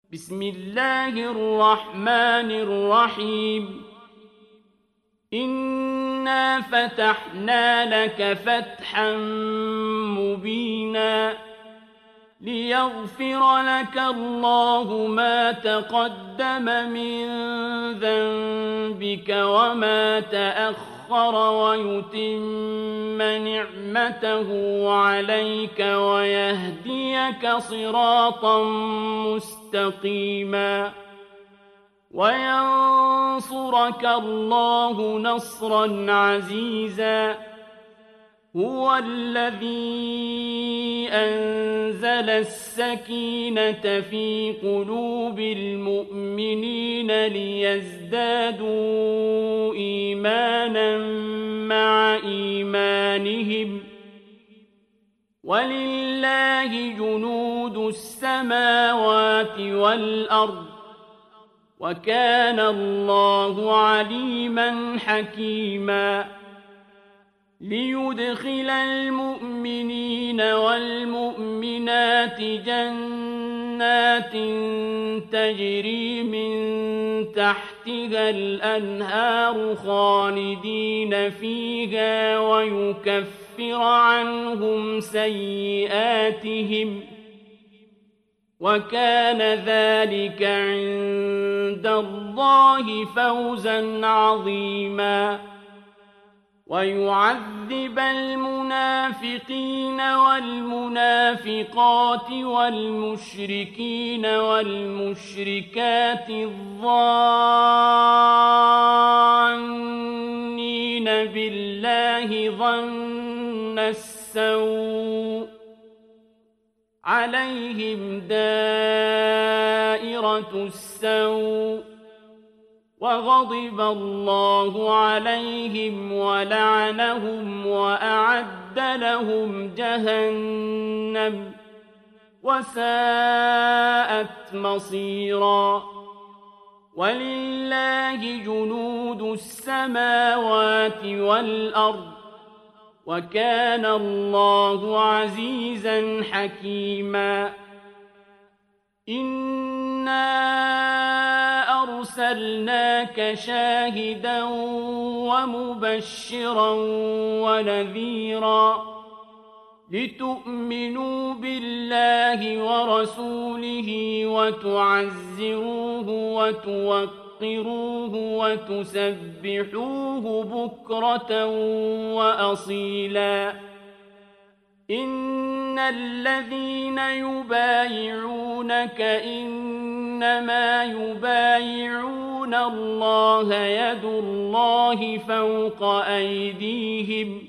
بسم الله الرحمن الرحيم. إنا فتحنا لك فتحا مبينا ليغفر لك الله ما تقدم من ذنبك وما تأخر ويتم نعمته عليك ويهديك صراطا مستقيما وينصرك الله نصرا عزيزا. هو الذي أنزل السكينة في قلوب المؤمنين ليزدادوا إيمانا مع إيمانهم ولله جنود السماوات والأرض وكان الله عليما حكيما. ليدخل المؤمنين والمؤمنات جنات تجري من تحتها الأنهار خالدين فيها ويكفر عنهم سيئاتهم وكان ذلك عند الله فوزا عظيما. ويعذب المنافقين والمنافقات والمشركين والمشركات الظانين بالله ظن السوء عليهم دائرة السوء وغضب الله عليهم ولعنهم وأعد لهم جهنم وساءت مصيرا. ولله جنود السماوات والأرض وكان الله عزيزا حكيما. إنا أرسلناك شاهدا ومبشرا ونذيرا لتؤمنوا بالله ورسوله وتعزروه وتوقروه وتسبحوه بكرة وأصيلا. إن الذين يبايعونك إنما يبايعون الله يد الله فوق أيديهم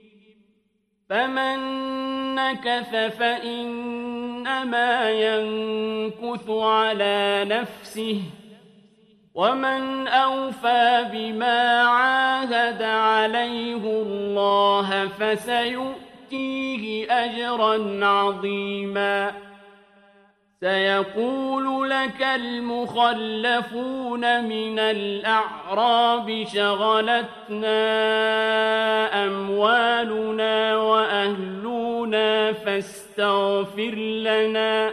فمن نكث فإنما ينكث على نفسه ومن أوفى بما عاهد عليه الله فسيؤتيه أجرا عظيما. سيقول لك المخلفون من الأعراب شغلتنا أموالنا وأهلنا فاستغفر لنا.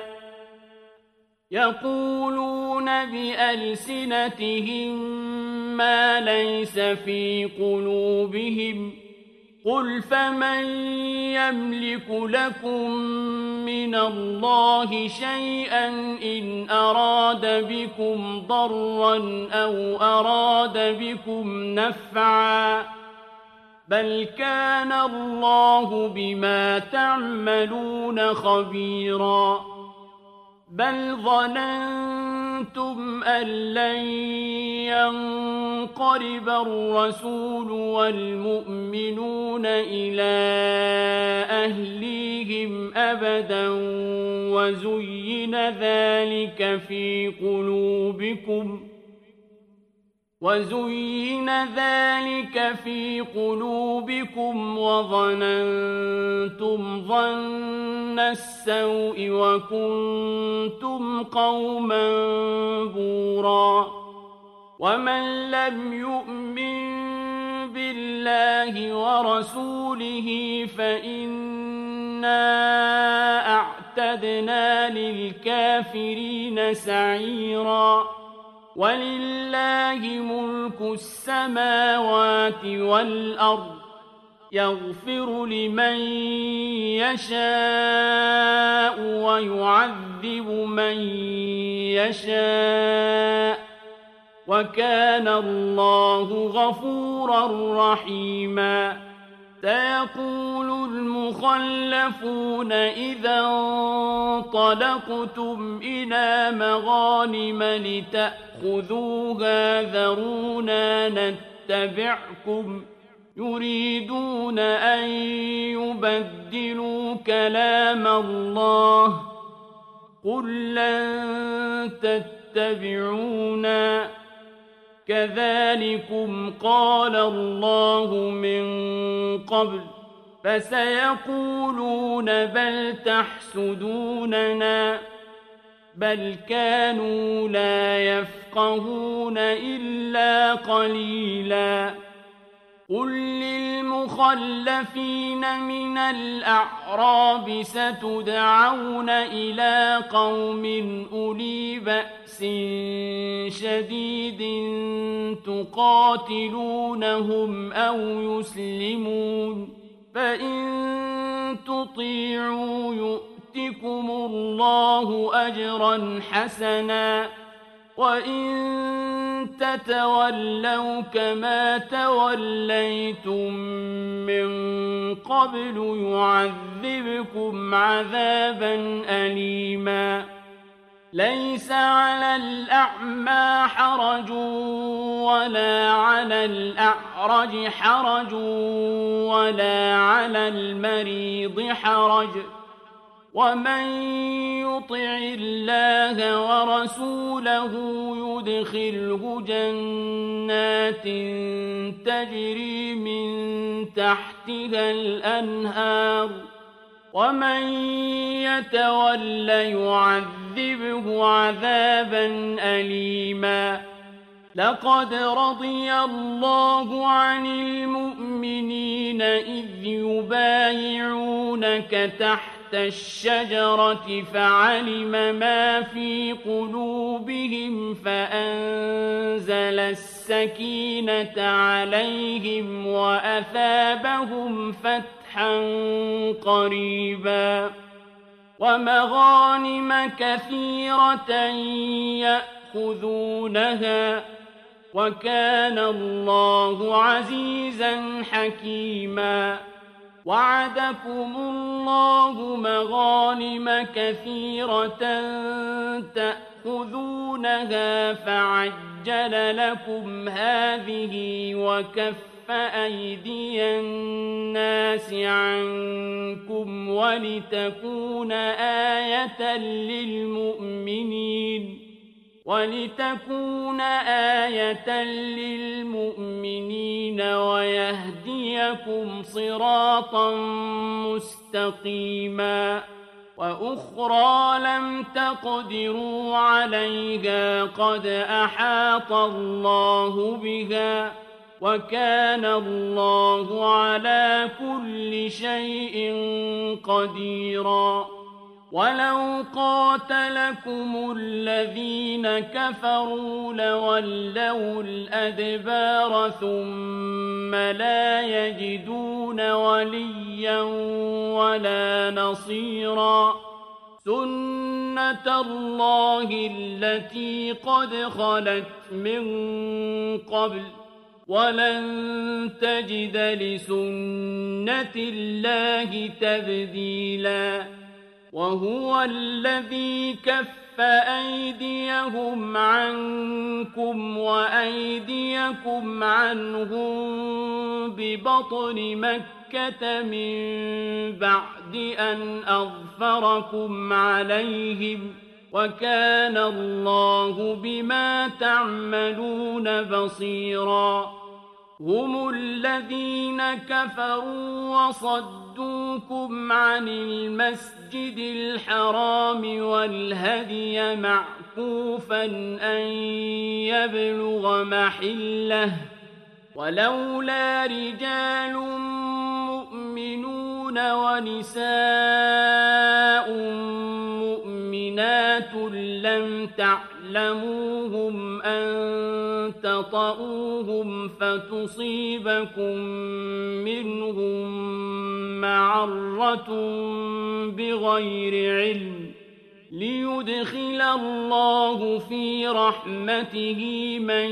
يقولون بألسنتهم ما ليس في قلوبهم قل فمن يملك لكم من الله شيئا إن أراد بكم ضرا أو أراد بكم نفعا بل كان الله بما تعملون خبيرا. بل ظننتم أن لن ينقلب الرسول والمؤمنون إلى أهليهم أبدا وزين ذلك في قلوبكم وظننتم ظن السوء وكنتم قوما بورا. ومن لم يؤمن بالله ورسوله فإنا أعتقد وأعتدنا للكافرين سعيرا ولله ملك السماوات والأرض يغفر لمن يشاء ويعذب من يشاء وكان الله غفورا رحيما سيقول المخلفون إذا انطلقتم إلى مغانم لتأخذوها ذرونا نتبعكم يريدون أن يبدلوا كلام الله قل لن تتبعونا كذلكم قال الله من قبل فسيقولون بل تحسدوننا بل كانوا لا يفقهون إلا قليلا قل للمخلفين من الأعراب ستدعون إلى قوم أولي بأس شديد تقاتلونهم أو يسلمون فإن تطيعوا يؤتكم الله أجرا حسنا وإن تتولوا كما توليتم من قبل يعذبكم عذابا أليما ليس على الأعمى حرج ولا على الأعرج حرج ولا على المريض حرج ومن يطع الله ورسوله يدخله جنات تجري من تحتها الأنهار ومن يتول يعذبه عذابا أليما لقد رضي الله عن المؤمنين إذ يبايعونك تحت الشجرة فعلم ما في قلوبهم فأنزل السكينة عليهم وأثابهم فتحا قريبا ومغانم كثيرة يأخذونها وكان الله عزيزا حكيما وعدكم الله مغانم كثيرة تأخذونها فعجل لكم هذه وكف أيدي الناس عنكم ولتكون آية للمؤمنين ويهديكم صراطا مستقيما وأخرى لم تقدروا عليها قد أحاط الله بها وكان الله على كل شيء قديرا ولو قاتلكم الذين كفروا لولوا الأدبار ثم لا يجدون وليا ولا نصيرا سنة الله التي قد خلت من قبل ولن تجد لسنة الله تبديلا وهو الذي كف أيديهم عنكم وأيديكم عنهم ببطن مكة من بعد أن أظفركم عليهم وكان الله بما تعملون بصيرا هم الذين كفروا وصدوكم عن المسجد الحرام والهدي معكوفا أن يبلغ محله ولولا رجال مؤمنون ونساء لم تعلموهم أن تطؤوهم فتصيبكم منهم معرة بغير علم ليدخل الله في رحمته من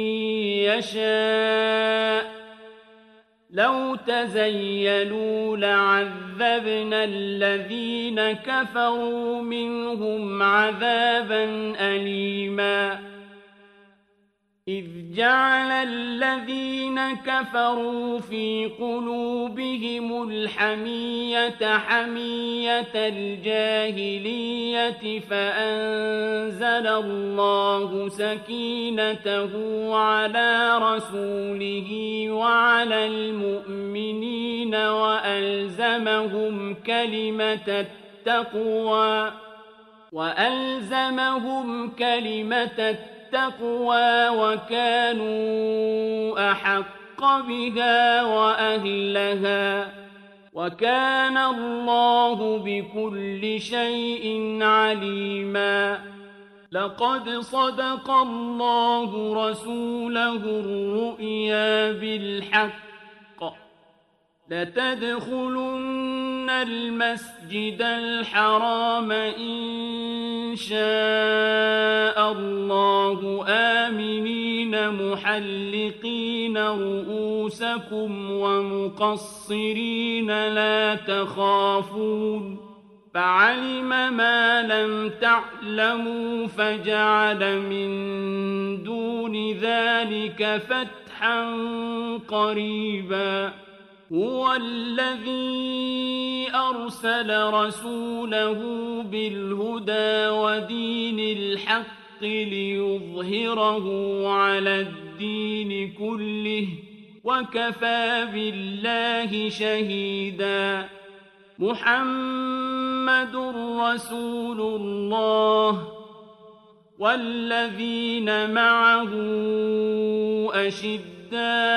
يشاء لو تزيلوا لعذبنا الذين كفروا منهم عذابا أليما إذ جعل الذين كفروا في قلوبهم الحمية حمية الجاهلية فأنزل الله سكينته على رسوله وعلى المؤمنين وألزمهم كلمة التقوى وكانوا أحق بها وأهلها وكان الله بكل شيء عليما لقد صدق الله رسوله الرؤيا بالحق لتدخلن المسجد الحرام إن شاء الله آمنين محلقين رؤوسكم ومقصرين لا تخافون فعلم ما لم تعلموا فجعل من دون ذلك فتحا قريبا هو الذي أرسل رسوله بالهدى ودين الحق ليظهره على الدين كله وكفى بالله شهيدا محمد رسول الله والذين معه أشداء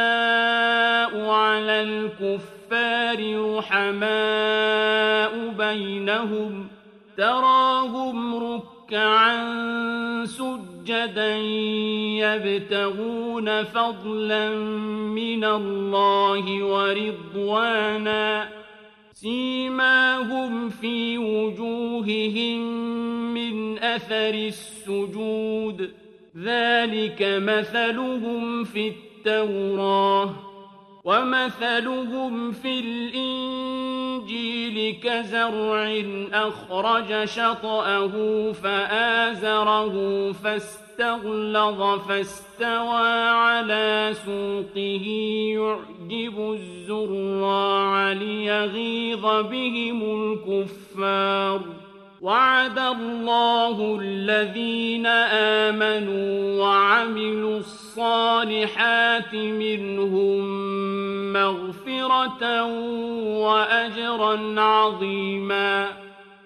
على الكفار رحماء بينهم تراهم ركعا سجدا يبتغون فضلا من الله ورضوانا سيماهم في وجوههم من أثر السجود ذلك مثلهم في التوراة ومثلهم في الإنجيل كزرع أخرج شطأه فآزره فاستغلظ فاستوى على سوقه يعجب الزراع ليغيظ بهم الكفار وعد الله الذين آمنوا وعملوا الصالحات منهم مغفرة وأجرا عظيما